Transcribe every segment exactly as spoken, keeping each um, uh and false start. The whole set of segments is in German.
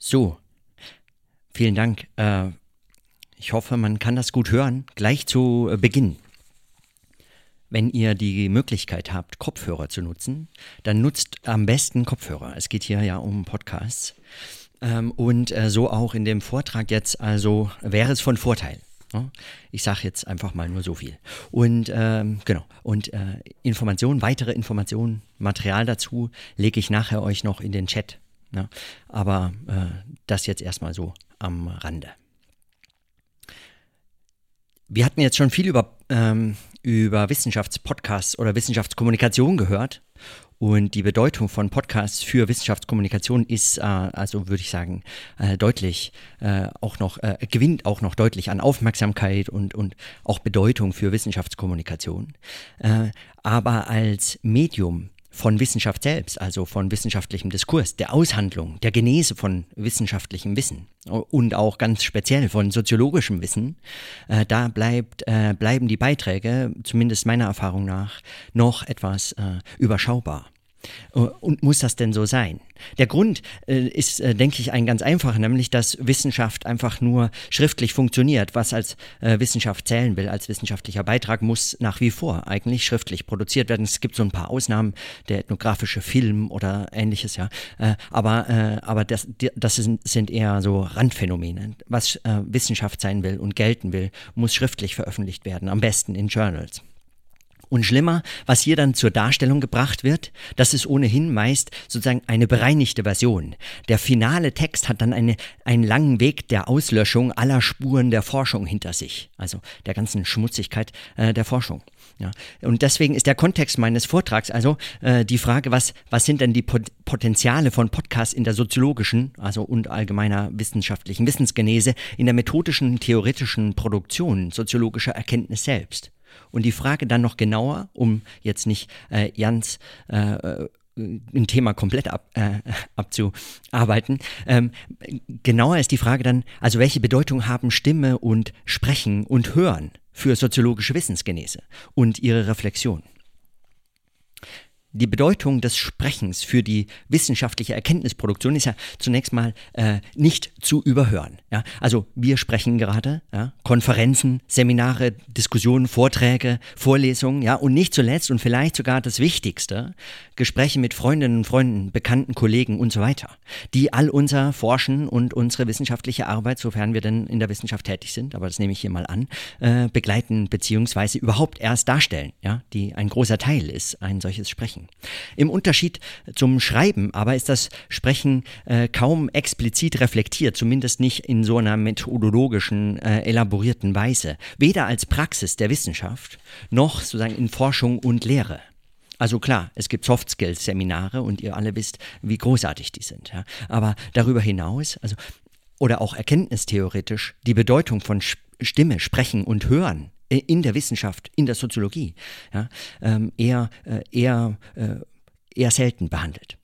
So, vielen Dank. Äh, ich hoffe, man kann das gut hören. Gleich zu äh, Beginn. Wenn ihr die Möglichkeit habt, Kopfhörer zu nutzen, dann nutzt am besten Kopfhörer. Es geht hier ja um Podcasts. Ähm, und äh, so auch in dem Vortrag jetzt, also wäre es von Vorteil. Ja? Ich sage jetzt einfach mal nur so viel. Und ähm, genau, und äh, Informationen, weitere Informationen, Material dazu lege ich nachher euch noch in den Chat. Ja? Aber äh, das jetzt erstmal so am Rande. Wir hatten jetzt schon viel über, ähm, über Wissenschaftspodcasts oder Wissenschaftskommunikation gehört und die Bedeutung von Podcasts für Wissenschaftskommunikation ist, äh, also würde ich sagen, äh, deutlich, äh, auch noch, äh, gewinnt auch noch deutlich an Aufmerksamkeit und, und auch Bedeutung für Wissenschaftskommunikation. Äh, aber als Medium von Wissenschaft selbst, also von wissenschaftlichem Diskurs, der Aushandlung, der Genese von wissenschaftlichem Wissen und auch ganz speziell von soziologischem Wissen, äh, da bleibt, äh, bleiben die Beiträge, zumindest meiner Erfahrung nach, noch etwas äh, überschaubar. Und muss das denn so sein? Der Grund äh, ist, äh, denke ich, ein ganz einfacher, nämlich, dass Wissenschaft einfach nur schriftlich funktioniert. Was als äh, Wissenschaft zählen will, als wissenschaftlicher Beitrag, muss nach wie vor eigentlich schriftlich produziert werden. Es gibt so ein paar Ausnahmen, der ethnografische Film oder ähnliches, ja. Äh, aber äh, aber das, das sind, sind eher so Randphänomene. Was äh, Wissenschaft sein will und gelten will, muss schriftlich veröffentlicht werden, am besten in Journals. Und schlimmer, was hier dann zur Darstellung gebracht wird, das ist ohnehin meist sozusagen eine bereinigte Version. Der finale Text hat dann eine, einen langen Weg der Auslöschung aller Spuren der Forschung hinter sich, also der ganzen Schmutzigkeit äh, der Forschung. Ja. Und deswegen ist der Kontext meines Vortrags also äh, die Frage, was, was sind denn die Pot- Potenziale von Podcasts in der soziologischen, also und allgemeiner wissenschaftlichen Wissensgenese, in der methodischen, theoretischen Produktion soziologischer Erkenntnis selbst. Und die Frage dann noch genauer, um jetzt nicht äh, ganz äh, ein Thema komplett ab, äh, abzuarbeiten, ähm, genauer ist die Frage dann, also welche Bedeutung haben Stimme und Sprechen und Hören für soziologische Wissensgenese und ihre Reflexion? Die Bedeutung des Sprechens für die wissenschaftliche Erkenntnisproduktion ist ja zunächst mal äh, nicht zu überhören. Ja? Also wir sprechen gerade, ja? Konferenzen, Seminare, Diskussionen, Vorträge, Vorlesungen, ja, und nicht zuletzt und vielleicht sogar das Wichtigste, Gespräche mit Freundinnen und Freunden, bekannten Kollegen und so weiter, die all unser Forschen und unsere wissenschaftliche Arbeit, sofern wir denn in der Wissenschaft tätig sind, aber das nehme ich hier mal an, äh, begleiten beziehungsweise überhaupt erst darstellen, ja, die ein großer Teil ist, ein solches Sprechen. Im Unterschied zum Schreiben aber ist das Sprechen äh, kaum explizit reflektiert, zumindest nicht in so einer methodologischen, äh, elaborierten Weise, weder als Praxis der Wissenschaft noch sozusagen in Forschung und Lehre. Also klar, es gibt Soft-Skills-Seminare und ihr alle wisst, wie großartig die sind. Ja. Aber darüber hinaus, also oder auch erkenntnistheoretisch, die Bedeutung von Stimme, Sprechen und Hören in der Wissenschaft, in der Soziologie, ja, ähm, eher, äh, eher, äh, eher selten behandelt.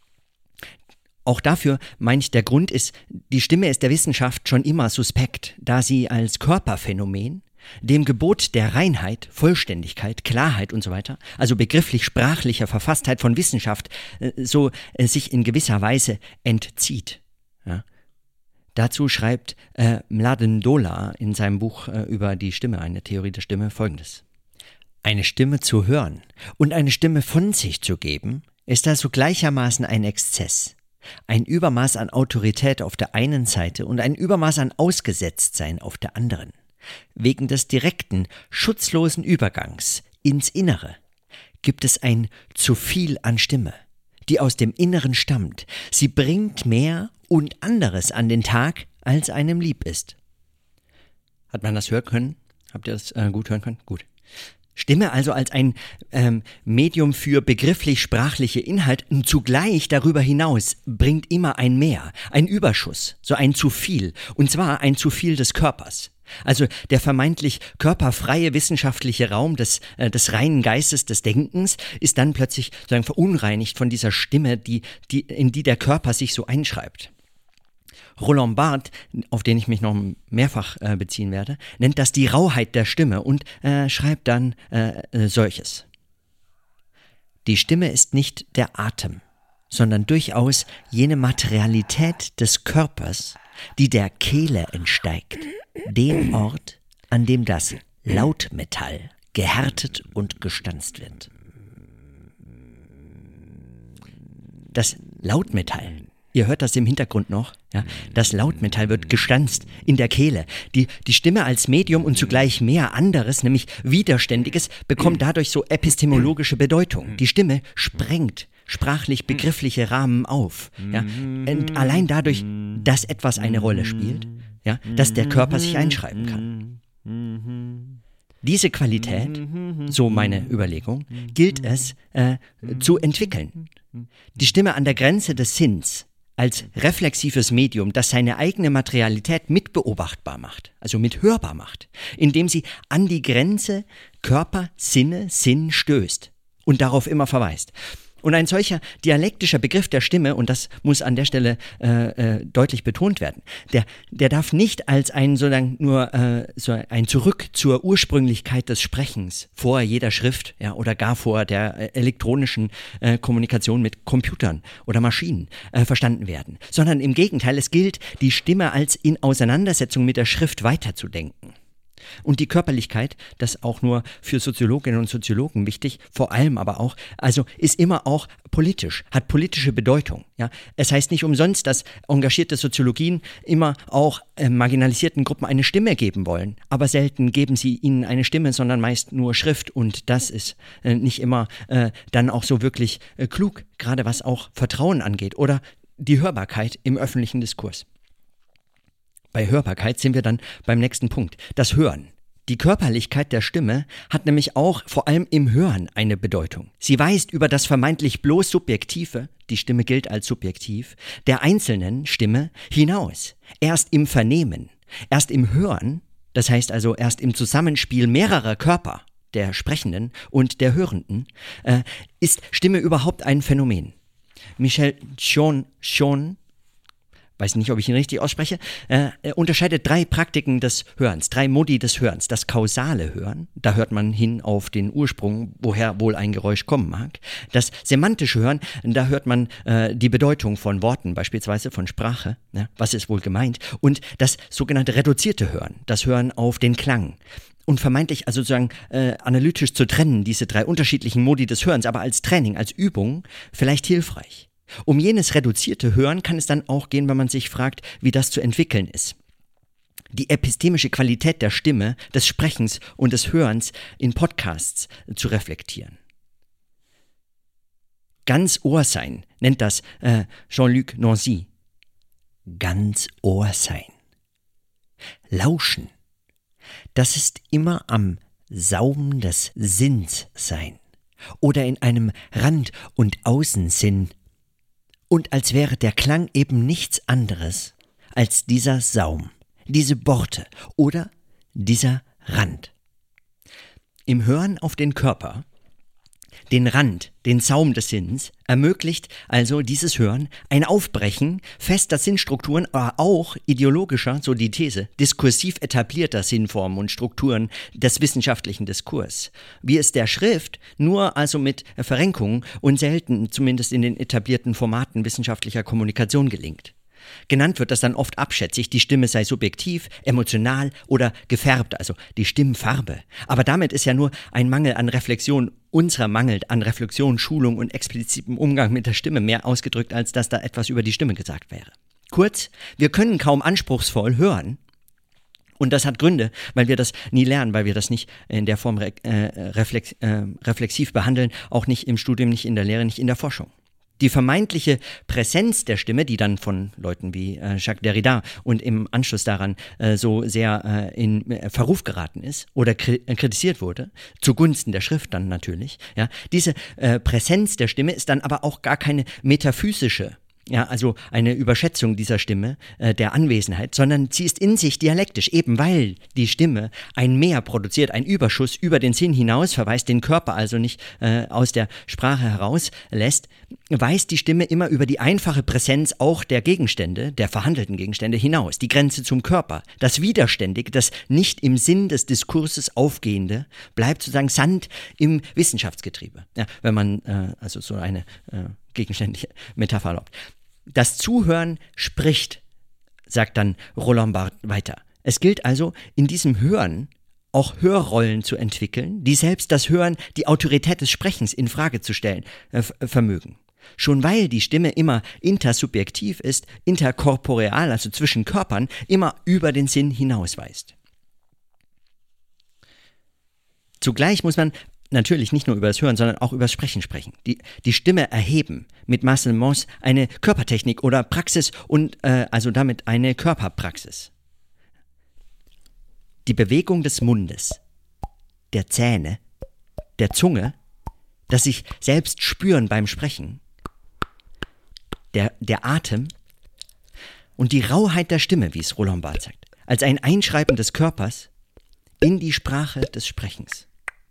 Auch dafür meine ich, der Grund ist, die Stimme ist der Wissenschaft schon immer suspekt, da sie als Körperphänomen dem Gebot der Reinheit, Vollständigkeit, Klarheit und so weiter, also begrifflich sprachlicher Verfasstheit von Wissenschaft, äh, so äh, sich in gewisser Weise entzieht. Ja. Dazu schreibt äh, Mladen Dolar in seinem Buch äh, über die Stimme, eine Theorie der Stimme, Folgendes. Eine Stimme zu hören und eine Stimme von sich zu geben, ist also gleichermaßen ein Exzess. Ein Übermaß an Autorität auf der einen Seite und ein Übermaß an Ausgesetztsein auf der anderen. Wegen des direkten, schutzlosen Übergangs ins Innere gibt es ein zu viel an Stimme, die aus dem Inneren stammt. Sie bringt mehr und anderes an den Tag, als einem lieb ist. Hat man das hören können? Habt ihr das äh, gut hören können? Gut. Stimme also als ein ähm, Medium für begrifflich-sprachliche Inhalt und zugleich darüber hinaus bringt immer ein Mehr, ein Überschuss, so ein zu viel, und zwar ein zu viel des Körpers. Also der vermeintlich körperfreie wissenschaftliche Raum des, äh, des reinen Geistes, des Denkens, ist dann plötzlich sozusagen verunreinigt von dieser Stimme, die, die, in die der Körper sich so einschreibt. Roland Barthes, auf den ich mich noch mehrfach äh, beziehen werde, nennt das die Rauheit der Stimme und äh, schreibt dann äh, äh, solches. Die Stimme ist nicht der Atem, sondern durchaus jene Materialität des Körpers, die der Kehle entsteigt, den Ort, an dem das Lautmetall gehärtet und gestanzt wird. Das Lautmetall, ihr hört das im Hintergrund noch, ja, das Lautmetall wird gestanzt in der Kehle. Die, die Stimme als Medium und zugleich mehr anderes, nämlich Widerständiges, bekommt dadurch so epistemologische Bedeutung. Die Stimme sprengt sprachlich begriffliche Rahmen auf. Ja, und allein dadurch, dass etwas eine Rolle spielt, ja, dass der Körper sich einschreiben kann. Diese Qualität, so meine Überlegung, gilt es äh, zu entwickeln. Die Stimme an der Grenze des Sinns als reflexives Medium, das seine eigene Materialität mitbeobachtbar macht, also mithörbar macht, indem sie an die Grenze Körper, Sinne, Sinn stößt und darauf immer verweist. Und ein solcher dialektischer Begriff der Stimme, und das muss an der Stelle äh, äh, deutlich betont werden, der, der darf nicht als ein sozusagen nur äh, so ein Zurück zur Ursprünglichkeit des Sprechens vor jeder Schrift, ja, oder gar vor der äh, elektronischen äh, Kommunikation mit Computern oder Maschinen äh, verstanden werden, sondern im Gegenteil, es gilt, die Stimme als in Auseinandersetzung mit der Schrift weiterzudenken. Und die Körperlichkeit, das auch nur für Soziologinnen und Soziologen wichtig, vor allem aber auch, also ist immer auch politisch, hat politische Bedeutung. Ja? Es heißt nicht umsonst, dass engagierte Soziologien immer auch äh, marginalisierten Gruppen eine Stimme geben wollen, aber selten geben sie ihnen eine Stimme, sondern meist nur Schrift, und das ist äh, nicht immer äh, dann auch so wirklich äh, klug, gerade was auch Vertrauen angeht oder die Hörbarkeit im öffentlichen Diskurs. Bei Hörbarkeit sind wir dann beim nächsten Punkt, das Hören. Die Körperlichkeit der Stimme hat nämlich auch vor allem im Hören eine Bedeutung. Sie weist über das vermeintlich bloß Subjektive, die Stimme gilt als subjektiv, der einzelnen Stimme hinaus. Erst im Vernehmen, erst im Hören, das heißt also erst im Zusammenspiel mehrerer Körper, der Sprechenden und der Hörenden, äh, ist Stimme überhaupt ein Phänomen. Michel Chon, Chon weiß nicht, ob ich ihn richtig ausspreche, äh, unterscheidet drei Praktiken des Hörens, drei Modi des Hörens. Das kausale Hören, da hört man hin auf den Ursprung, woher wohl ein Geräusch kommen mag. Das semantische Hören, da hört man äh, die Bedeutung von Worten, beispielsweise von Sprache, ja, was ist wohl gemeint. Und das sogenannte reduzierte Hören, das Hören auf den Klang. Und vermeintlich also sozusagen äh, analytisch zu trennen, diese drei unterschiedlichen Modi des Hörens, aber als Training, als Übung vielleicht hilfreich. Um jenes reduzierte Hören kann es dann auch gehen, wenn man sich fragt, wie das zu entwickeln ist. Die epistemische Qualität der Stimme, des Sprechens und des Hörens in Podcasts zu reflektieren. Ganz Ohr sein nennt das äh, Jean-Luc Nancy. Ganz Ohr sein. Lauschen. Das ist immer am Saum des Sinns sein oder in einem Rand- und Außensinn. Und als wäre der Klang eben nichts anderes als dieser Saum, diese Borte oder dieser Rand. Im Hören auf den Körper, den Rand, den Saum des Sinns, ermöglicht also dieses Hören ein Aufbrechen fester Sinnstrukturen, aber auch ideologischer, so die These, diskursiv etablierter Sinnformen und Strukturen des wissenschaftlichen Diskurs, wie es der Schrift nur also mit Verrenkungen und selten, zumindest in den etablierten Formaten wissenschaftlicher Kommunikation gelingt. Genannt wird das dann oft abschätzig, die Stimme sei subjektiv, emotional oder gefärbt, also die Stimmfarbe. Aber damit ist ja nur ein Mangel an Reflexion, unserer Mangel an Reflexion, Schulung und explizitem Umgang mit der Stimme mehr ausgedrückt, als dass da etwas über die Stimme gesagt wäre. Kurz, wir können kaum anspruchsvoll hören. Und das hat Gründe, weil wir das nie lernen, weil wir das nicht in der Form re- äh, reflex- äh, reflexiv behandeln, auch nicht im Studium, nicht in der Lehre, nicht in der Forschung. Die vermeintliche Präsenz der Stimme, die dann von Leuten wie äh, Jacques Derrida und im Anschluss daran äh, so sehr äh, in äh, Verruf geraten ist oder kri- äh, kritisiert wurde, zugunsten der Schrift dann natürlich, ja, diese äh, Präsenz der Stimme ist dann aber auch gar keine metaphysische, ja, also eine Überschätzung dieser Stimme, äh, der Anwesenheit, sondern sie ist in sich dialektisch, eben weil die Stimme ein Mehr produziert, ein Überschuss über den Sinn hinaus verweist, den Körper also nicht äh, aus der Sprache herauslässt, weist die Stimme immer über die einfache Präsenz auch der Gegenstände, der verhandelten Gegenstände hinaus, die Grenze zum Körper. Das Widerständige, das nicht im Sinn des Diskurses aufgehende, bleibt sozusagen Sand im Wissenschaftsgetriebe. Ja, wenn man äh, also so eine äh, gegenständliche Metapher erlaubt. Das Zuhören spricht, sagt dann Roland Barthes weiter. Es gilt also, in diesem Hören auch Hörrollen zu entwickeln, die selbst das Hören, die Autorität des Sprechens in Frage zu stellen, äh, vermögen. Schon weil die Stimme immer intersubjektiv ist, interkorporeal, also zwischen Körpern, immer über den Sinn hinausweist. Zugleich muss man natürlich nicht nur über das Hören, sondern auch über das Sprechen sprechen. Die, die Stimme erheben, mit Marcel Mauss eine Körpertechnik oder Praxis und äh, also damit eine Körperpraxis. Die Bewegung des Mundes, der Zähne, der Zunge, das sich selbst spüren beim Sprechen, der, der Atem und die Rauheit der Stimme, wie es Roland Barthes sagt, als ein Einschreiben des Körpers in die Sprache des Sprechens.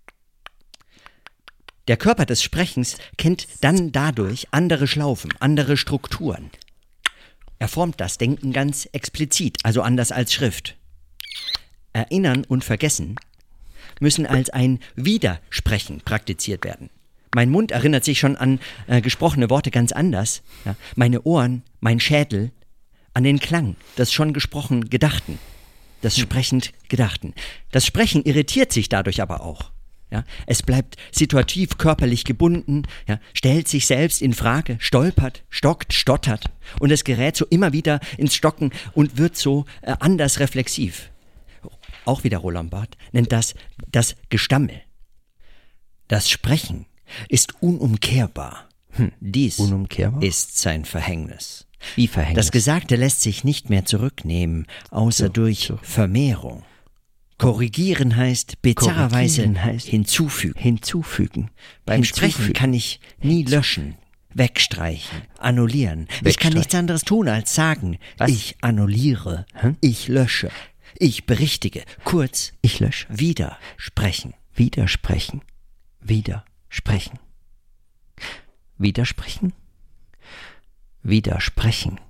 Der Körper des Sprechens kennt dann dadurch andere Schlaufen, andere Strukturen. Er formt das Denken ganz explizit, also anders als Schrift. Erinnern und Vergessen müssen als ein Widersprechen praktiziert werden. Mein Mund erinnert sich schon an äh, gesprochene Worte ganz anders. Ja? Meine Ohren, mein Schädel, an den Klang des schon gesprochen Gedachten, des sprechend Gedachten. Das Sprechen irritiert sich dadurch aber auch. Ja? Es bleibt situativ körperlich gebunden, ja? Stellt sich selbst in Frage, stolpert, stockt, stottert und es gerät so immer wieder ins Stocken und wird so äh, anders reflexiv. Auch wieder Roland Barthes nennt das das Gestammel. Das Sprechen ist unumkehrbar. Hm, dies Unumkehrbar? ist sein Verhängnis. Wie Verhängnis? Das Gesagte lässt sich nicht mehr zurücknehmen, außer So, durch so. Vermehrung. Korrigieren heißt bizarrerweise Korrigieren heißt hinzufügen. Hinzufügen. Beim Hinzufügen. Sprechen kann ich nie löschen, wegstreichen, annullieren. Ich kann Wegstreichen. nichts anderes tun als sagen, Was? ich annulliere, Hm? ich lösche, ich berichtige, kurz, Ich lösche. widersprechen. Widersprechen. Widersprechen. Widersprechen. Widersprechen.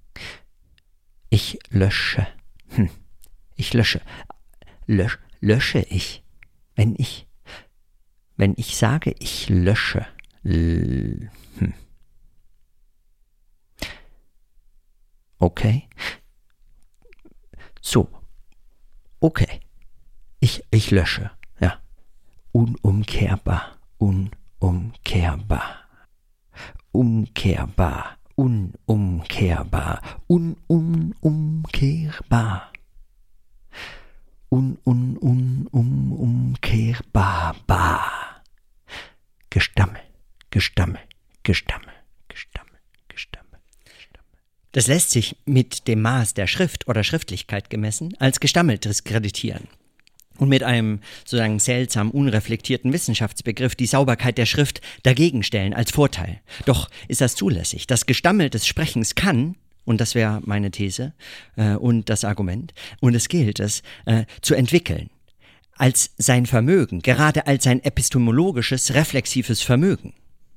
Ich lösche. Hm. Ich lösche. Lösch, lösche ich. Wenn ich, wenn ich sage, ich lösche. L, hm. Okay. So. Okay. Ich, ich lösche. Ja. Unumkehrbar. Unumkehrbar. Umkehrbar. Unumkehrbar. Unumumkehrbar. Un, un, un, um, umkehrbar. Bar. Gestammel. Gestammel. Gestammel. Gestammel. Gestammel. Das lässt sich mit dem Maß der Schrift oder Schriftlichkeit gemessen als gestammelt diskreditieren. Und mit einem sozusagen seltsam unreflektierten Wissenschaftsbegriff die Sauberkeit der Schrift dagegen stellen als Vorteil. Doch ist das zulässig. Das Gestammel des Sprechens kann, und das wäre meine These äh, und das Argument, und es gilt es äh, zu entwickeln, als sein Vermögen, gerade als sein epistemologisches, reflexives Vermögen.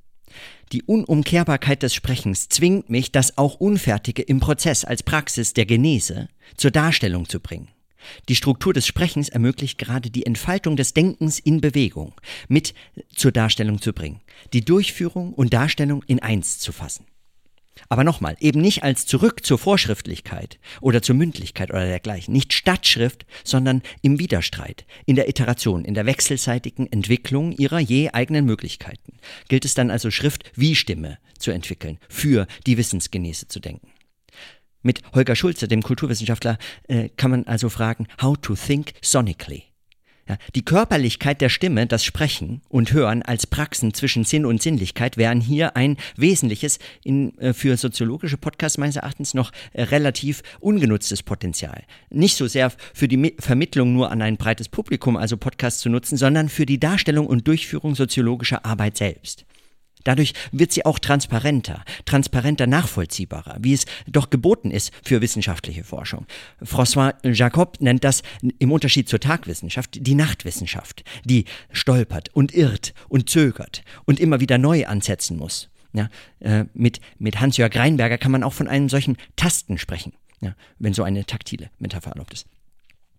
Die Unumkehrbarkeit des Sprechens zwingt mich, das auch Unfertige im Prozess als Praxis der Genese zur Darstellung zu bringen. Die Struktur des Sprechens ermöglicht gerade die Entfaltung des Denkens in Bewegung mit zur Darstellung zu bringen, die Durchführung und Darstellung in eins zu fassen. Aber nochmal, eben nicht als zurück zur Vorschriftlichkeit oder zur Mündlichkeit oder dergleichen, nicht statt Schrift, sondern im Widerstreit, in der Iteration, in der wechselseitigen Entwicklung ihrer je eigenen Möglichkeiten. Gilt es dann also Schrift wie Stimme zu entwickeln, für die Wissensgenese zu denken. Mit Holger Schulze, dem Kulturwissenschaftler, äh, kann man also fragen, how to think sonically. Ja, die Körperlichkeit der Stimme, das Sprechen und Hören als Praxen zwischen Sinn und Sinnlichkeit wären hier ein wesentliches, in, äh, für soziologische Podcasts meines Erachtens noch äh, relativ ungenutztes Potenzial. Nicht so sehr für die Mi- Vermittlung nur an ein breites Publikum, also Podcasts zu nutzen, sondern für die Darstellung und Durchführung soziologischer Arbeit selbst. Dadurch wird sie auch transparenter, transparenter nachvollziehbarer, wie es doch geboten ist für wissenschaftliche Forschung. François Jacob nennt das im Unterschied zur Tagwissenschaft die Nachtwissenschaft, die stolpert und irrt und zögert und immer wieder neu ansetzen muss. Ja, äh, mit, mit Hans-Jörg Reinberger kann man auch von einem solchen Tasten sprechen, ja, wenn so eine taktile Metapher erlaubt ist.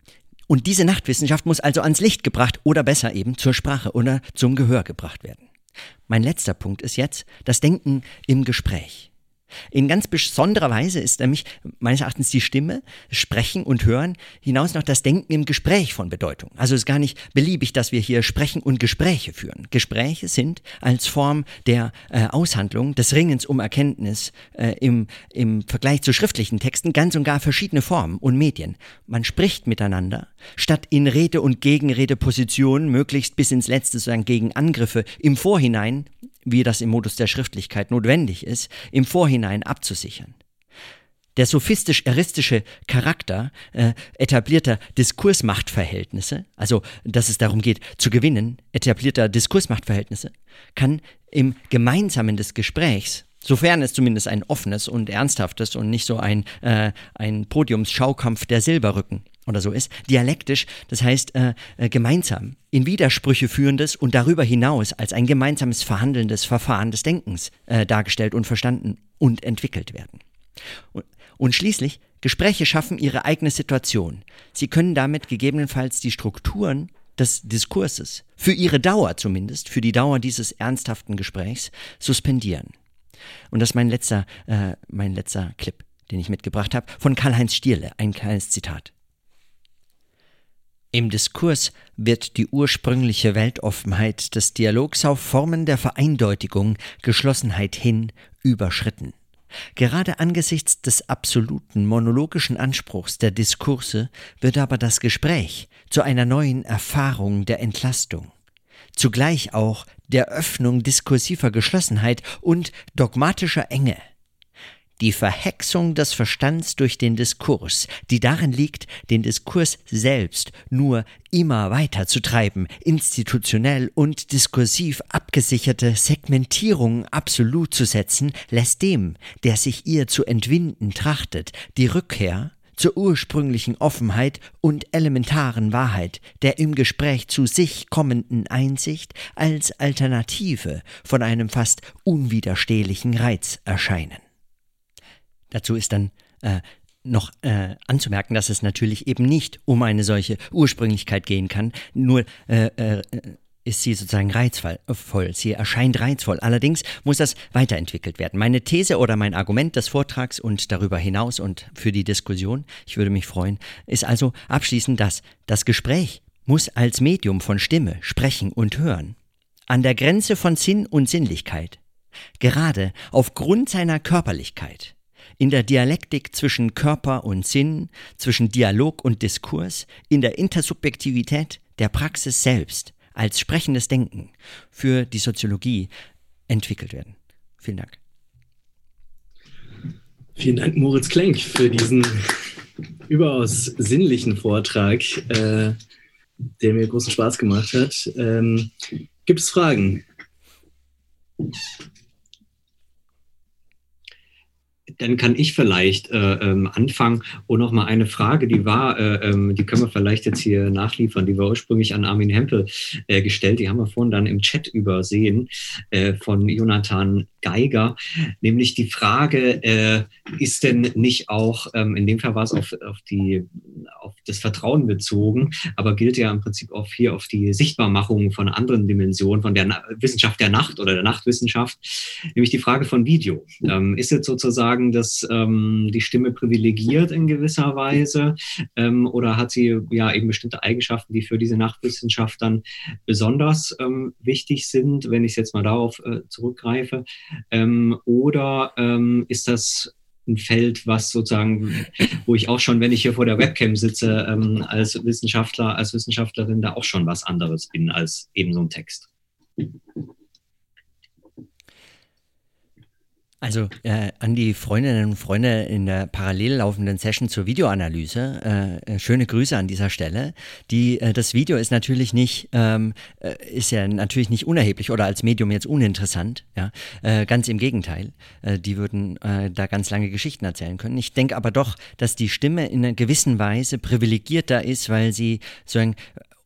Und diese Nachtwissenschaft muss also ans Licht gebracht oder besser eben zur Sprache oder zum Gehör gebracht werden. Mein letzter Punkt ist jetzt das Denken im Gespräch. In ganz besonderer Weise ist nämlich meines Erachtens die Stimme, Sprechen und Hören hinaus noch das Denken im Gespräch von Bedeutung. Also es ist gar nicht beliebig, dass wir hier sprechen und Gespräche führen. Gespräche sind als Form der äh, Aushandlung, des Ringens um Erkenntnis äh, im, im Vergleich zu schriftlichen Texten ganz und gar verschiedene Formen und Medien. Man spricht miteinander, statt in Rede- und Gegenredepositionen möglichst bis ins Letzte sozusagen gegen Angriffe im Vorhinein, wie das im Modus der Schriftlichkeit notwendig ist, im Vorhinein abzusichern. Der sophistisch-eristische Charakter äh, etablierter Diskursmachtverhältnisse, also dass es darum geht, zu gewinnen, etablierter Diskursmachtverhältnisse, kann im Gemeinsamen des Gesprächs, sofern es zumindest ein offenes und ernsthaftes und nicht so ein, äh, ein Podiumsschaukampf der Silberrücken oder so ist, dialektisch, das heißt äh, äh, gemeinsam, in Widersprüche führendes und darüber hinaus als ein gemeinsames verhandelndes Verfahren des Denkens äh, dargestellt und verstanden und entwickelt werden. Und, und schließlich, Gespräche schaffen ihre eigene Situation. Sie können damit gegebenenfalls die Strukturen des Diskurses, für ihre Dauer zumindest, für die Dauer dieses ernsthaften Gesprächs, suspendieren. Und das ist mein letzter, äh, mein letzter Clip, den ich mitgebracht habe, von Karl-Heinz Stierle, ein kleines Zitat. Im Diskurs wird die ursprüngliche Weltoffenheit des Dialogs auf Formen der Vereindeutigung, Geschlossenheit hin überschritten. Gerade angesichts des absoluten monologischen Anspruchs der Diskurse wird aber das Gespräch zu einer neuen Erfahrung der Entlastung. Zugleich auch der Öffnung diskursiver Geschlossenheit und dogmatischer Enge. Die Verhexung des Verstands durch den Diskurs, die darin liegt, den Diskurs selbst nur immer weiter zu treiben, institutionell und diskursiv abgesicherte Segmentierung absolut zu setzen, lässt dem, der sich ihr zu entwinden trachtet, die Rückkehr zur ursprünglichen Offenheit und elementaren Wahrheit, der im Gespräch zu sich kommenden Einsicht als Alternative von einem fast unwiderstehlichen Reiz erscheinen. Dazu ist dann äh, noch äh, anzumerken, dass es natürlich eben nicht um eine solche Ursprünglichkeit gehen kann, nur äh, äh, ist sie sozusagen reizvoll, sie erscheint reizvoll. Allerdings muss das weiterentwickelt werden. Meine These oder mein Argument des Vortrags und darüber hinaus und für die Diskussion, ich würde mich freuen, ist also abschließend, dass das Gespräch muss als Medium von Stimme, Sprechen und Hören an der Grenze von Sinn und Sinnlichkeit, gerade aufgrund seiner Körperlichkeit, in der Dialektik zwischen Körper und Sinn, zwischen Dialog und Diskurs, in der Intersubjektivität der Praxis selbst, als sprechendes Denken für die Soziologie entwickelt werden. Vielen Dank. Vielen Dank, Moritz Klenk, für diesen überaus sinnlichen Vortrag, äh, der mir großen Spaß gemacht hat. Ähm, gibt es Fragen? Dann kann ich vielleicht äh, ähm, anfangen und noch mal eine Frage, die war, äh, ähm, die können wir vielleicht jetzt hier nachliefern, die war ursprünglich an Armin Hempel äh, gestellt, die haben wir vorhin dann im Chat übersehen äh, von Jonathan Geiger, nämlich die Frage, äh, ist denn nicht auch, ähm, in dem Fall war es auf, auf, die, auf das Vertrauen bezogen, aber gilt ja im Prinzip auch hier auf die Sichtbarmachung von anderen Dimensionen, von der Na- Wissenschaft der Nacht oder der Nachtwissenschaft, nämlich die Frage von Video. Ähm, ist jetzt sozusagen das, ähm, die Stimme privilegiert in gewisser Weise ähm, oder hat sie ja eben bestimmte Eigenschaften, die für diese Nachtwissenschaft dann besonders ähm, wichtig sind, wenn ich es jetzt mal darauf äh, zurückgreife? Ähm, oder ähm, ist das ein Feld, was sozusagen, wo ich auch schon, wenn ich hier vor der Webcam sitze, ähm, als Wissenschaftler, als Wissenschaftlerin da auch schon was anderes bin als eben so ein Text? Also äh, an die Freundinnen und Freunde in der parallel laufenden Session zur Videoanalyse, äh, schöne Grüße an dieser Stelle. Die, äh, das Video ist natürlich nicht, ähm, ist ja natürlich nicht unerheblich oder als Medium jetzt uninteressant, ja, äh, ganz im Gegenteil. Äh, die würden äh, da ganz lange Geschichten erzählen können. Ich denke aber doch, dass die Stimme in einer gewissen Weise privilegierter ist, weil sie so ein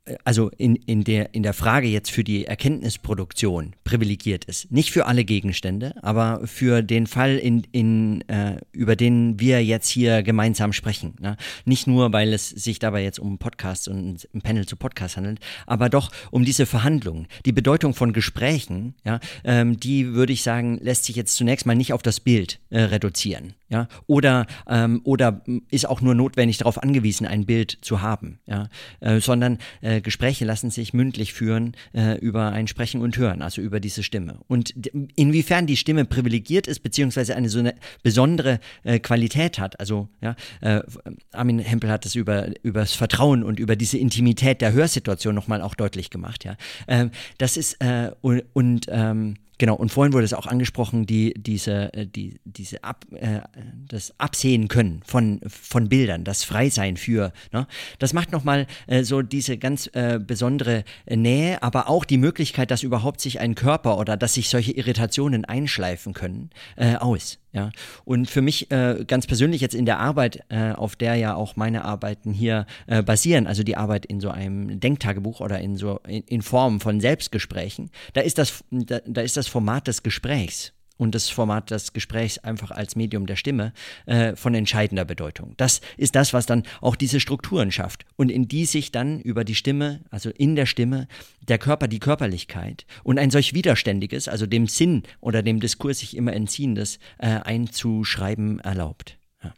also in, in, der, in der Frage jetzt für die Erkenntnisproduktion privilegiert ist. Nicht für alle Gegenstände, aber für den Fall, in, in, äh, über den wir jetzt hier gemeinsam sprechen. Ne? Nicht nur, weil es sich dabei jetzt um Podcasts und ein Panel zu Podcasts handelt, aber doch um diese Verhandlungen. Die Bedeutung von Gesprächen, ja, ähm, die würde ich sagen, lässt sich jetzt zunächst mal nicht auf das Bild äh, reduzieren. Ja, oder, ähm, oder ist auch nur notwendig darauf angewiesen, ein Bild zu haben, ja, äh, sondern äh, Gespräche lassen sich mündlich führen äh, über ein Sprechen und Hören, also über diese Stimme. Und d- inwiefern die Stimme privilegiert ist, beziehungsweise eine so eine besondere äh, Qualität hat, also ja, äh, Armin Hempel hat das über, über das Vertrauen und über diese Intimität der Hörsituation nochmal auch deutlich gemacht, ja. Ähm, das ist, äh, und, und ähm, Genau, und vorhin wurde es auch angesprochen, die, diese, die, diese Ab, äh, das Absehen können von, von Bildern, das Freisein für, ne? Das macht nochmal äh, so diese ganz äh, besondere Nähe, aber auch die Möglichkeit, dass überhaupt sich ein Körper oder dass sich solche Irritationen einschleifen können, äh, aus. Ja, und für mich äh, ganz persönlich jetzt in der Arbeit, äh, auf der ja auch meine Arbeiten hier äh, basieren, also die Arbeit in so einem Denktagebuch oder in so in, in Form von Selbstgesprächen, da ist das, da, da ist das Format des Gesprächs und das Format des Gesprächs einfach als Medium der Stimme äh, von entscheidender Bedeutung. Das ist das, was dann auch diese Strukturen schafft und in die sich dann über die Stimme, also in der Stimme, der Körper, die Körperlichkeit und ein solch widerständiges, also dem Sinn oder dem Diskurs sich immer entziehendes äh, einzuschreiben erlaubt. Ja.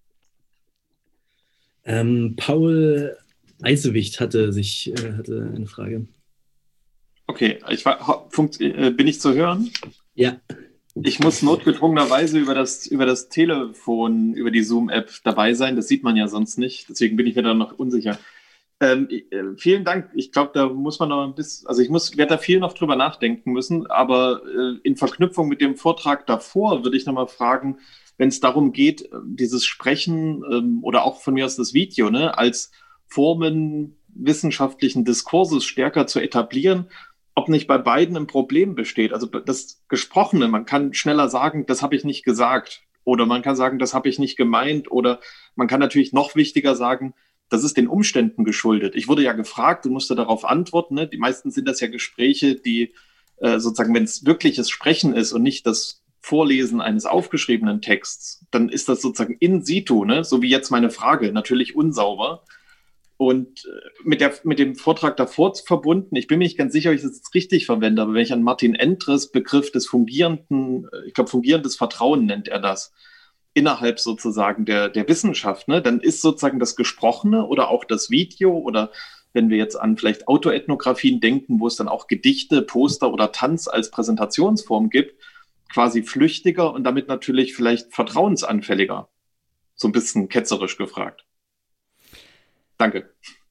Ähm, Paul Eisewicht hatte sich äh, hatte eine Frage. Okay, ich war, funkt, äh, bin ich zu hören? Ja. Ich muss notgedrungenerweise über das, über das Telefon, über die Zoom-App dabei sein. Das sieht man ja sonst nicht. Deswegen bin ich mir da noch unsicher. Ähm, äh, vielen Dank. Ich glaube, da muss man noch ein bisschen, also ich muss, werde da viel noch drüber nachdenken müssen. Aber äh, in Verknüpfung mit dem Vortrag davor würde ich nochmal fragen, wenn es darum geht, dieses Sprechen ähm, oder auch von mir aus das Video, ne, als Formen wissenschaftlichen Diskurses stärker zu etablieren, ob nicht bei beiden ein Problem besteht. Also das Gesprochene, man kann schneller sagen, das habe ich nicht gesagt. Oder man kann sagen, das habe ich nicht gemeint. Oder man kann natürlich noch wichtiger sagen, das ist den Umständen geschuldet. Ich wurde ja gefragt und musste darauf antworten. Ne? Die meisten sind das ja Gespräche, die äh, sozusagen, wenn es wirkliches Sprechen ist und nicht das Vorlesen eines aufgeschriebenen Texts, dann ist das sozusagen in situ, ne? So wie jetzt meine Frage, natürlich unsauber. Und mit, der, mit dem Vortrag davor verbunden, ich bin mir nicht ganz sicher, ob ich das jetzt richtig verwende, aber wenn ich an Martin Endres Begriff des fungierenden, ich glaube, fungierendes Vertrauen nennt er das, innerhalb sozusagen der, der Wissenschaft, ne, dann ist sozusagen das Gesprochene oder auch das Video oder wenn wir jetzt an vielleicht Autoethnografien denken, wo es dann auch Gedichte, Poster oder Tanz als Präsentationsform gibt, quasi flüchtiger und damit natürlich vielleicht vertrauensanfälliger. So ein bisschen ketzerisch gefragt. Danke.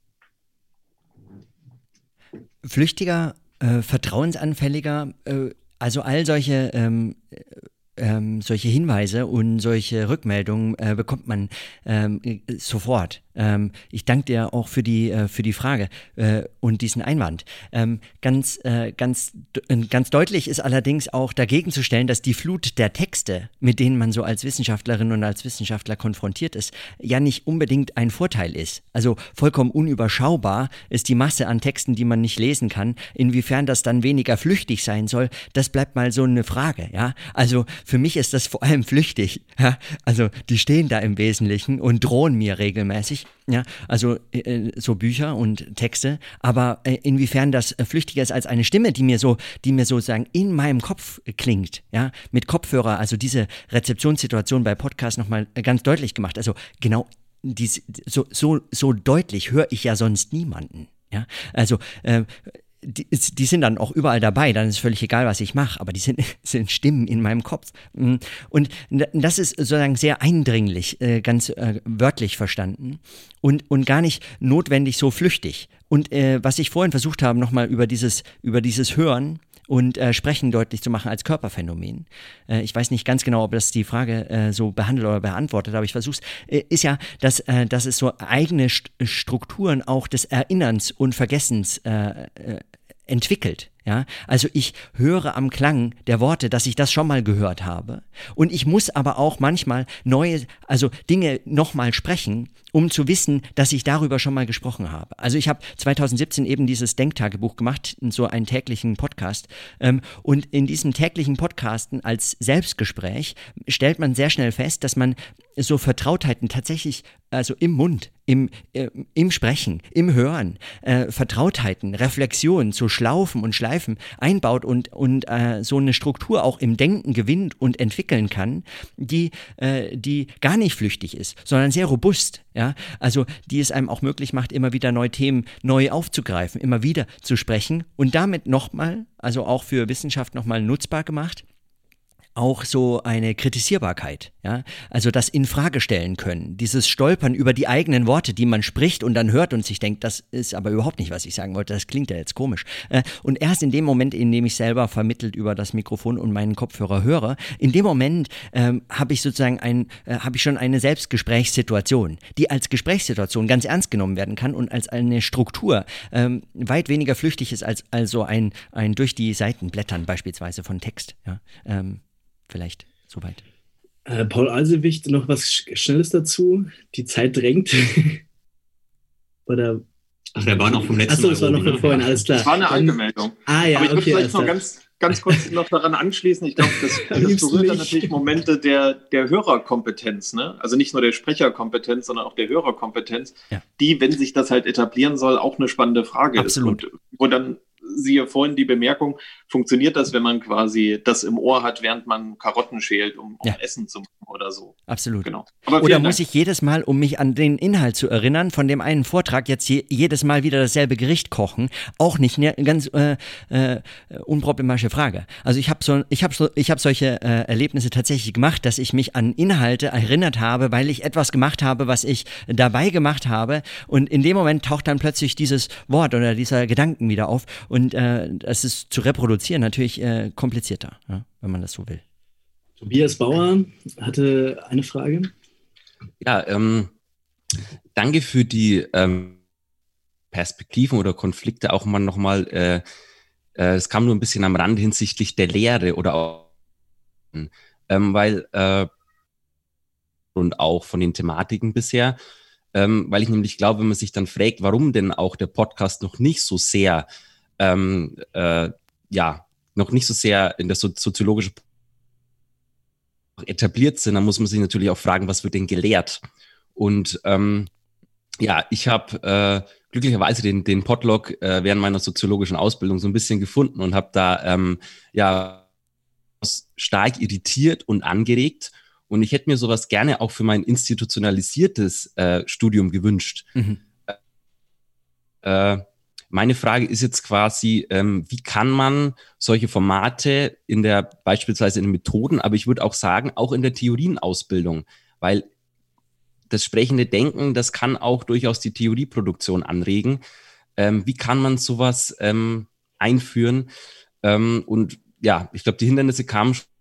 Flüchtiger, äh, vertrauensanfälliger, äh, also all solche, ähm, ähm, solche Hinweise und solche Rückmeldungen äh, bekommt man ähm, sofort. Ähm, ich danke dir auch für die, äh, für die Frage äh, und diesen Einwand. Ähm, ganz, äh, ganz, ganz deutlich ist allerdings auch dagegen zu stellen, dass die Flut der Texte, mit denen man so als Wissenschaftlerin und als Wissenschaftler konfrontiert ist, ja nicht unbedingt ein Vorteil ist. Also vollkommen unüberschaubar ist die Masse an Texten, die man nicht lesen kann. Inwiefern das dann weniger flüchtig sein soll, das bleibt mal so eine Frage. Ja? Also für mich ist das vor allem flüchtig. Ja? Also die stehen da im Wesentlichen und drohen mir regelmäßig. Ja, also äh, so Bücher und Texte, aber äh, inwiefern das äh, flüchtiger ist als eine Stimme, die mir so, die mir sozusagen in meinem Kopf klingt, ja, mit Kopfhörer, also diese Rezeptionssituation bei Podcasts nochmal äh, ganz deutlich gemacht. Also genau, dies, so, so, so deutlich höre ich ja sonst niemanden, ja, also äh, Die, die sind dann auch überall dabei, dann ist völlig egal, was ich mache, aber die sind, sind Stimmen in meinem Kopf. Und das ist sozusagen sehr eindringlich, ganz äh, wörtlich verstanden und, und gar nicht notwendig so flüchtig. Und äh, was ich vorhin versucht habe, nochmal über dieses, über dieses Hören und äh, Sprechen deutlich zu machen als Körperphänomen. Äh, ich weiß nicht ganz genau, ob das die Frage äh, so behandelt oder beantwortet, aber ich versuche es, äh, ist ja, dass, äh, dass es so eigene St- Strukturen auch des Erinnerns und Vergessens äh, äh, entwickelt. Ja, also ich höre am Klang der Worte, dass ich das schon mal gehört habe. Und ich muss aber auch manchmal neue, also Dinge nochmal sprechen, um zu wissen, dass ich darüber schon mal gesprochen habe. Also ich habe zwanzig siebzehn eben dieses Denktagebuch gemacht, so einen täglichen Podcast. Und in diesem täglichen Podcasten als Selbstgespräch stellt man sehr schnell fest, dass man so Vertrautheiten tatsächlich, also im Mund, im, äh, im Sprechen, im Hören, äh, Vertrautheiten, Reflexionen, so Schlaufen und Schleifen einbaut und, und äh, so eine Struktur auch im Denken gewinnt und entwickeln kann, die, äh, die gar nicht flüchtig ist, sondern sehr robust. Ja? Also die es einem auch möglich macht, immer wieder neue Themen neu aufzugreifen, immer wieder zu sprechen und damit nochmal, also auch für Wissenschaft nochmal nutzbar gemacht, auch so eine Kritisierbarkeit, ja, also das Infragestellen können, dieses Stolpern über die eigenen Worte, die man spricht und dann hört und sich denkt, das ist aber überhaupt nicht, was ich sagen wollte, das klingt ja jetzt komisch. Und erst in dem Moment, in dem ich selber vermittelt über das Mikrofon und meinen Kopfhörer höre, in dem Moment ähm, habe ich sozusagen ein, äh, habe ich schon eine Selbstgesprächssituation, die als Gesprächssituation ganz ernst genommen werden kann und als eine Struktur ähm, weit weniger flüchtig ist als also ein, ein durch die Seiten blättern beispielsweise von Text, ja, ähm, vielleicht soweit. Äh, Paul Alsewicht, noch was Schnelles dazu? Die Zeit drängt. Oder? Ach, der war noch vom letzten Achso, das war noch von vorhin, alles klar. Das war eine Angemeldung. Ah ja, Aber ich würde okay, vielleicht noch ganz, ganz kurz noch daran anschließen. Ich glaube, das, das berührt dann natürlich Momente der, der Hörerkompetenz. Ne? Also nicht nur der Sprecherkompetenz, sondern auch der Hörerkompetenz, ja. Die, wenn sich das halt etablieren soll, auch eine spannende Frage Absolut. ist. Und wo dann siehe vorhin die Bemerkung, funktioniert das, wenn man quasi das im Ohr hat, während man Karotten schält, um, um ja. Essen zu machen oder so. Absolut. Genau. Aber oder muss ich jedes Mal, um mich an den Inhalt zu erinnern, von dem einen Vortrag jetzt je, jedes Mal wieder dasselbe Gericht kochen? Auch nicht eine ganz äh, äh, unproblematische Frage. Also ich habe so, ich habe so, ich habe solche äh, Erlebnisse tatsächlich gemacht, dass ich mich an Inhalte erinnert habe, weil ich etwas gemacht habe, was ich dabei gemacht habe, und in dem Moment taucht dann plötzlich dieses Wort oder dieser Gedanken wieder auf. Und äh, das ist zu reproduzieren natürlich äh, komplizierter, ja, wenn man das so will. Tobias Bauer hatte eine Frage. Ja, ähm, danke für die ähm, Perspektiven oder Konflikte auch mal nochmal. Äh, äh, es kam nur ein bisschen am Rand hinsichtlich der Lehre oder auch, ähm, weil äh, und auch von den Thematiken bisher, ähm, weil ich nämlich glaube, wenn man sich dann fragt, warum denn auch der Podcast noch nicht so sehr Ähm, äh, ja, noch nicht so sehr in der so soziologischen etabliert sind, dann muss man sich natürlich auch fragen, was wird denn gelehrt? Und ähm, ja, ich habe äh, glücklicherweise den, den Podlog äh, während meiner soziologischen Ausbildung so ein bisschen gefunden und habe da ähm, ja stark irritiert und angeregt. Und ich hätte mir sowas gerne auch für mein institutionalisiertes äh, Studium gewünscht. Mhm. Äh, Meine Frage ist jetzt quasi, ähm, wie kann man solche Formate in der, beispielsweise in den Methoden, aber ich würde auch sagen, auch in der Theorienausbildung, weil das sprechende Denken, das kann auch durchaus die Theorieproduktion anregen. Ähm, wie kann man sowas ähm, einführen? Ähm, und ja, ich glaube, die Hindernisse kamen schon.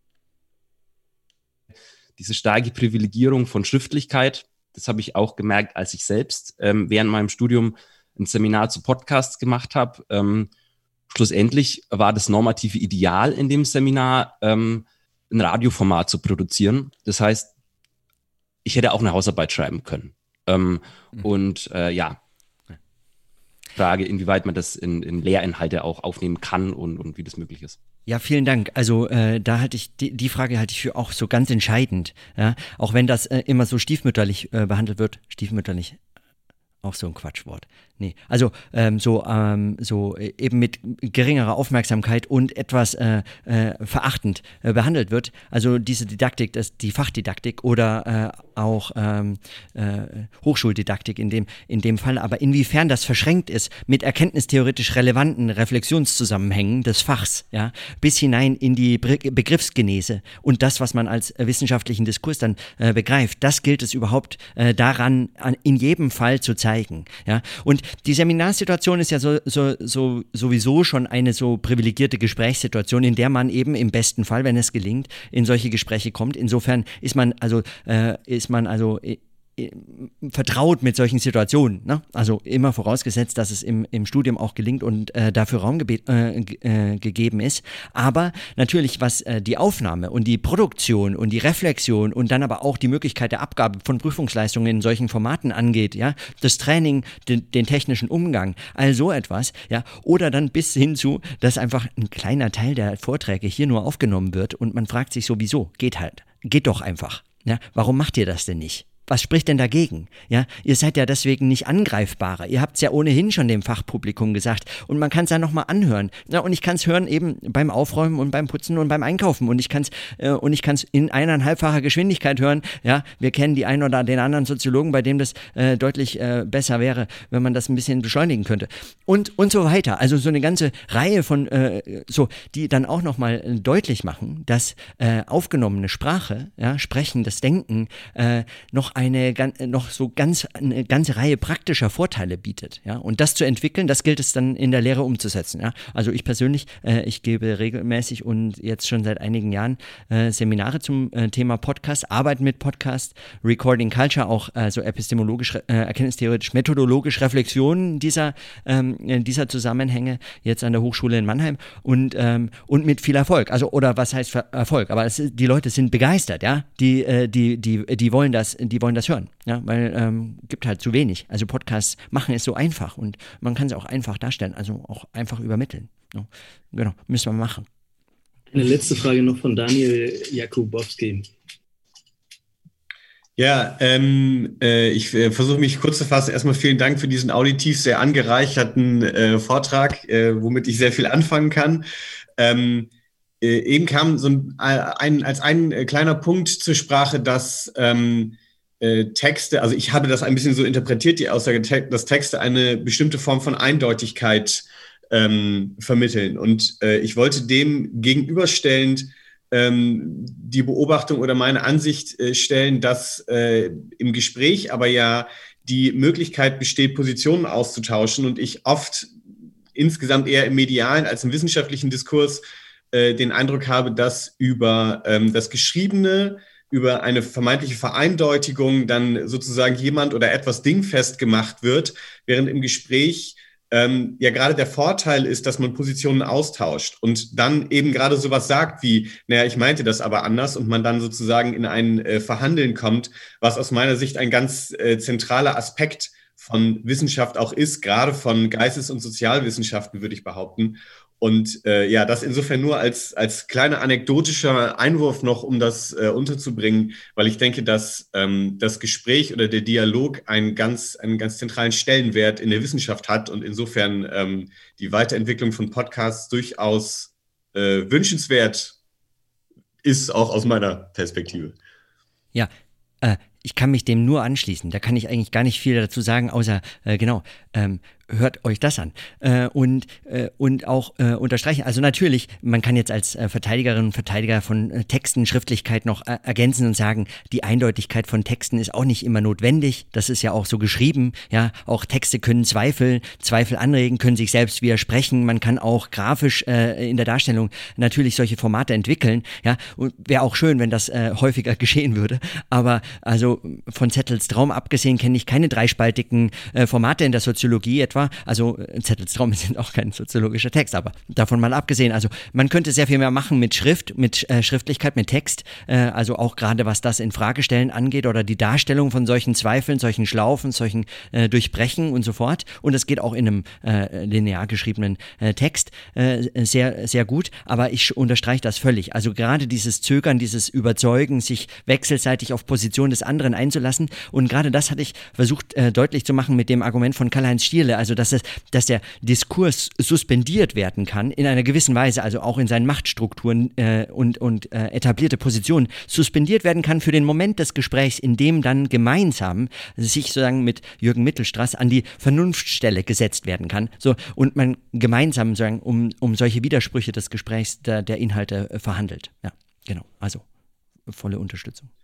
Diese starke Privilegierung von Schriftlichkeit, das habe ich auch gemerkt, als ich selbst ähm, während meinem Studium ein Seminar zu Podcasts gemacht habe. Ähm, schlussendlich war das normative Ideal in dem Seminar, ähm, ein Radioformat zu produzieren. Das heißt, ich hätte auch eine Hausarbeit schreiben können. Ähm, mhm. Und äh, ja, Frage, inwieweit man das in, in Lehrinhalte auch aufnehmen kann und, und wie das möglich ist. Ja, vielen Dank. Also äh, da halte ich die, die Frage halte ich für auch so ganz entscheidend. Ja? Auch wenn das äh, immer so stiefmütterlich äh, behandelt wird, stiefmütterlich. Auch so ein Quatschwort. Nee, also ähm, so, ähm, so eben mit geringerer Aufmerksamkeit und etwas äh, äh, verachtend äh, behandelt wird. Also diese Didaktik, das, die Fachdidaktik oder äh, auch ähm, äh, Hochschuldidaktik in dem, in dem Fall. Aber inwiefern das verschränkt ist mit erkenntnistheoretisch relevanten Reflexionszusammenhängen des Fachs, ja, bis hinein in die Begriffsgenese und das, was man als wissenschaftlichen Diskurs dann äh, begreift, das gilt es überhaupt äh, daran, an, in jedem Fall zu zeigen. Ja? Und die Seminarsituation ist ja so, so, so, sowieso schon eine so privilegierte Gesprächssituation, in der man eben im besten Fall, wenn es gelingt, in solche Gespräche kommt. Insofern ist man also, äh, ist man also vertraut mit solchen Situationen. Ne? Also immer vorausgesetzt, dass es im, im Studium auch gelingt und äh, dafür Raum gebe- äh, g- äh, gegeben ist. Aber natürlich, was äh, die Aufnahme und die Produktion und die Reflexion und dann aber auch die Möglichkeit der Abgabe von Prüfungsleistungen in solchen Formaten angeht, ja, das Training, den, den technischen Umgang, all so etwas, ja, oder dann bis hin zu, dass einfach ein kleiner Teil der Vorträge hier nur aufgenommen wird und man fragt sich so, wieso? Geht halt. Geht doch einfach. Ja, warum macht ihr das denn nicht? Was spricht denn dagegen? Ja, ihr seid ja deswegen nicht angreifbarer. Ihr habt es ja ohnehin schon dem Fachpublikum gesagt und man kann es ja nochmal anhören. Ja, und ich kann es hören eben beim Aufräumen und beim Putzen und beim Einkaufen und ich kann es äh, und ich kann es in eineinhalbfacher Geschwindigkeit hören. Ja, wir kennen die einen oder den anderen Soziologen, bei dem das äh, deutlich äh, besser wäre, wenn man das ein bisschen beschleunigen könnte. Und und so weiter. Also so eine ganze Reihe von äh, so, die dann auch nochmal deutlich machen, dass äh, aufgenommene Sprache, ja, sprechendes Denken äh, noch eine noch so ganz eine ganze Reihe praktischer Vorteile bietet, ja, und das zu entwickeln, das gilt es dann in der Lehre umzusetzen, ja. Also ich persönlich, äh, ich gebe regelmäßig und jetzt schon seit einigen Jahren äh, Seminare zum äh, Thema Podcast, Arbeiten mit Podcast, Recording Culture, auch also epistemologisch, äh, erkenntnistheoretisch, methodologisch Reflexionen dieser ähm, dieser Zusammenhänge jetzt an der Hochschule in Mannheim und ähm, und mit viel Erfolg, also oder was heißt Erfolg, aber es, die Leute sind begeistert, ja, die äh, die die die wollen das, die wollen das hören, ja, weil ähm, gibt halt zu wenig. Also Podcasts machen es so einfach und man kann es auch einfach darstellen, also auch einfach übermitteln. Ja, genau, müssen wir machen. Eine letzte Frage noch von Daniel Jakubowski. Ja, ähm, äh, ich äh, versuche mich kurz zu fassen. Erstmal vielen Dank für diesen auditiv sehr angereicherten äh, Vortrag, äh, womit ich sehr viel anfangen kann. Ähm, äh, eben kam so ein, ein, als ein äh, kleiner Punkt zur Sprache, dass ähm, äh, Texte, also ich habe das ein bisschen so interpretiert, die Aussage, dass Texte eine bestimmte Form von Eindeutigkeit ähm, vermitteln. Und äh, ich wollte dem gegenüberstellend ähm, die Beobachtung oder meine Ansicht äh, stellen, dass äh, im Gespräch aber ja die Möglichkeit besteht, Positionen auszutauschen und ich oft insgesamt eher im medialen als im wissenschaftlichen Diskurs äh, den Eindruck habe, dass über ähm, das Geschriebene, über eine vermeintliche Vereindeutigung dann sozusagen jemand oder etwas dingfest gemacht wird, während im Gespräch ähm, ja gerade der Vorteil ist, dass man Positionen austauscht und dann eben gerade sowas sagt wie, naja, ich meinte das aber anders und man dann sozusagen in ein äh, Verhandeln kommt, was aus meiner Sicht ein ganz äh, zentraler Aspekt von Wissenschaft auch ist, gerade von Geistes- und Sozialwissenschaften, würde ich behaupten. Und äh, ja, das insofern nur als, als kleiner anekdotischer Einwurf noch, um das äh, unterzubringen, weil ich denke, dass ähm, das Gespräch oder der Dialog einen ganz, einen ganz zentralen Stellenwert in der Wissenschaft hat und insofern ähm, die Weiterentwicklung von Podcasts durchaus äh, wünschenswert ist, auch aus meiner Perspektive. Ja, äh, ich kann mich dem nur anschließen. Da kann ich eigentlich gar nicht viel dazu sagen, außer, äh, genau, ähm, hört euch das an äh, und, äh, und auch äh, unterstreichen. Also natürlich, man kann jetzt als äh, Verteidigerin und Verteidiger von äh, Texten, Schriftlichkeit noch äh, ergänzen und sagen, die Eindeutigkeit von Texten ist auch nicht immer notwendig. Das ist ja auch so geschrieben. Ja, auch Texte können Zweifel, Zweifel anregen, können sich selbst widersprechen. Man kann auch grafisch äh, in der Darstellung natürlich solche Formate entwickeln. Ja, und wäre auch schön, wenn das äh, häufiger geschehen würde. Aber also von Zettels Traum abgesehen kenne ich keine dreispaltigen äh, Formate in der Soziologie etwa. Also Zettels Traum sind auch kein soziologischer Text, aber davon mal abgesehen. Also man könnte sehr viel mehr machen mit Schrift, mit äh, Schriftlichkeit, mit Text. Äh, also auch gerade was das in Fragestellen angeht oder die Darstellung von solchen Zweifeln, solchen Schlaufen, solchen äh, Durchbrechen und so fort. Und es geht auch in einem äh, linear geschriebenen äh, Text äh, sehr, sehr gut. Aber ich unterstreiche das völlig. Also gerade dieses Zögern, dieses Überzeugen, sich wechselseitig auf Position des anderen einzulassen. Und gerade das hatte ich versucht äh, deutlich zu machen mit dem Argument von Karl-Heinz Stierle. Also dass, es, dass der Diskurs suspendiert werden kann in einer gewissen Weise, also auch in seinen Machtstrukturen äh, und, und äh, etablierte Positionen suspendiert werden kann für den Moment des Gesprächs, in dem dann gemeinsam sich sozusagen mit Jürgen Mittelstraß an die Vernunftstelle gesetzt werden kann. So, und man gemeinsam sozusagen um, um solche Widersprüche des Gesprächs der, der Inhalte äh, verhandelt. Ja, genau. Also volle Unterstützung.